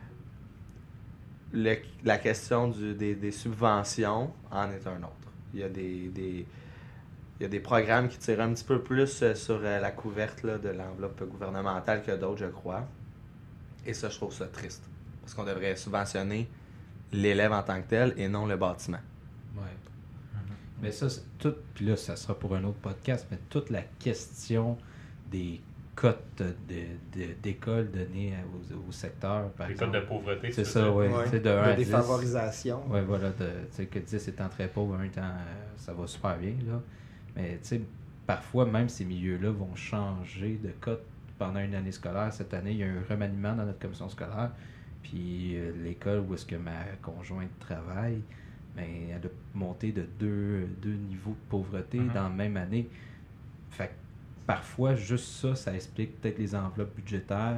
Le- la question du- des, des subventions en est un autre. Il y a des, des, il y a des programmes qui tirent un petit peu plus euh, sur euh, la couverte là, de l'enveloppe gouvernementale que d'autres, je crois. Et ça, je trouve ça triste. Parce qu'on devrait subventionner l'élève en tant que tel et non le bâtiment. Ouais. Mais ça, c'est tout, puis là, ça sera pour un autre podcast, mais toute la question des cotes de, de, d'écoles données au, au secteur, par Les exemple. codes de pauvreté, C'est tu ça, veux oui. dire? Ouais. C'est de un à De dix. défavorisation. Oui, voilà. De, tu sais, que dix étant très pauvre, un étant, euh, ça va super bien, là. Mais, tu sais, parfois, même ces milieux-là vont changer de cote pendant une année scolaire. Cette année, il y a eu un remaniement dans notre commission scolaire. Puis euh, l'école où est-ce que ma conjointe travaille, ben, elle a monté de deux, deux niveaux de pauvreté Mm-hmm. dans la même année. Fait que parfois, juste ça, ça explique peut-être les enveloppes budgétaires.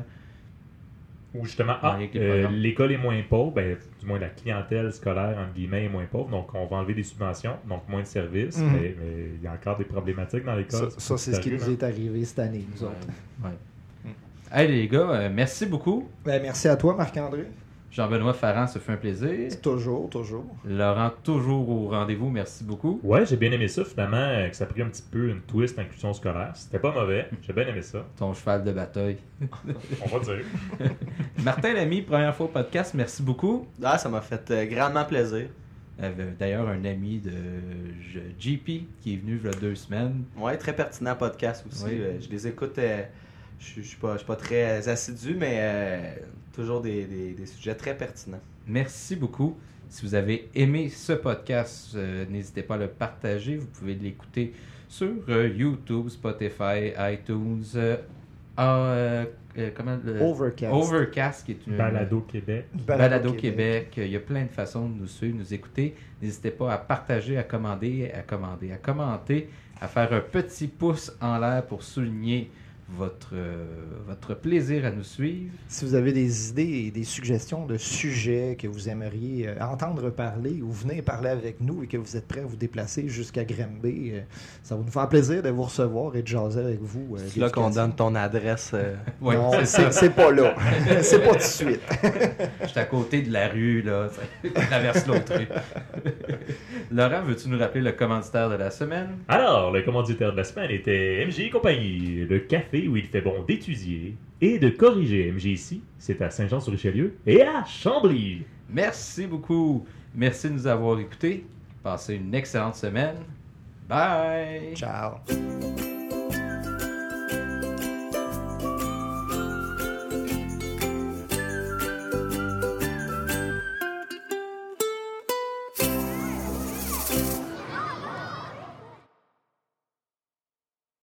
Ou justement, ah, Avec les euh, programmes. l'école est moins pauvre, ben, du moins la clientèle scolaire, entre guillemets, est moins pauvre, donc on va enlever des subventions, donc moins de services, Mhm. mais, mais il y a encore des problématiques dans l'école. Ça, ça, c'est ce qui nous est arrivé cette année, nous Ouais. autres. Ouais. Mm. Hey les gars, euh, merci beaucoup. Ben, merci à toi, Marc-André. Jean-Benoît Farran, ça fait un plaisir. Toujours, toujours. Laurent, toujours au rendez-vous, merci beaucoup. Ouais, j'ai bien aimé ça, finalement, euh, que ça a pris un petit peu une twist inclusion scolaire. C'était pas mauvais, j'ai bien aimé ça. Ton cheval de bataille. On va dire. Martin Lamy, première fois au podcast, merci beaucoup. Ah, ça m'a fait euh, grandement plaisir. Euh, D'ailleurs, un ami de je- J P qui est venu il y a deux semaines. Ouais, très pertinent podcast aussi. Oui. Euh, je les écoute. euh, je ne suis pas, je suis pas très assidu, mais euh, toujours des, des- des sujets très pertinents. Merci beaucoup. Si vous avez aimé ce podcast, euh, n'hésitez pas à le partager. Vous pouvez l'écouter sur euh, YouTube, Spotify, iTunes, euh, ah, euh, euh, comment, le- Overcast. Overcast, qui est une Balado Québec. Balado Québec. Il y a plein de façons de nous suivre, nous écouter. N'hésitez pas à partager, à commander, à commander, à commenter, à faire un petit pouce en l'air pour souligner votre, euh, votre plaisir à nous suivre. Si vous avez des idées et des suggestions de sujets que vous aimeriez euh, entendre parler ou venir parler avec nous et que vous êtes prêts à vous déplacer jusqu'à Granby, euh, ça va nous faire plaisir de vous recevoir et de jaser avec vous. euh, C'est là qu'on d'éducation. donne ton adresse. euh, Ouais, Non, c'est c'est ça. c'est pas là. C'est pas tout de suite. Je suis à côté de la rue, là. Ça traverse l'autre rue. Laurent, veux-tu nous rappeler le commanditaire de la semaine? Alors, le commanditaire de la semaine était M J et compagnie, le café où il fait bon d'étudier et de corriger. M J ici, c'est à Saint-Jean-sur-Richelieu et à Chambly. Merci beaucoup. Merci de nous avoir écoutés. Passez une excellente semaine. Bye! Ciao.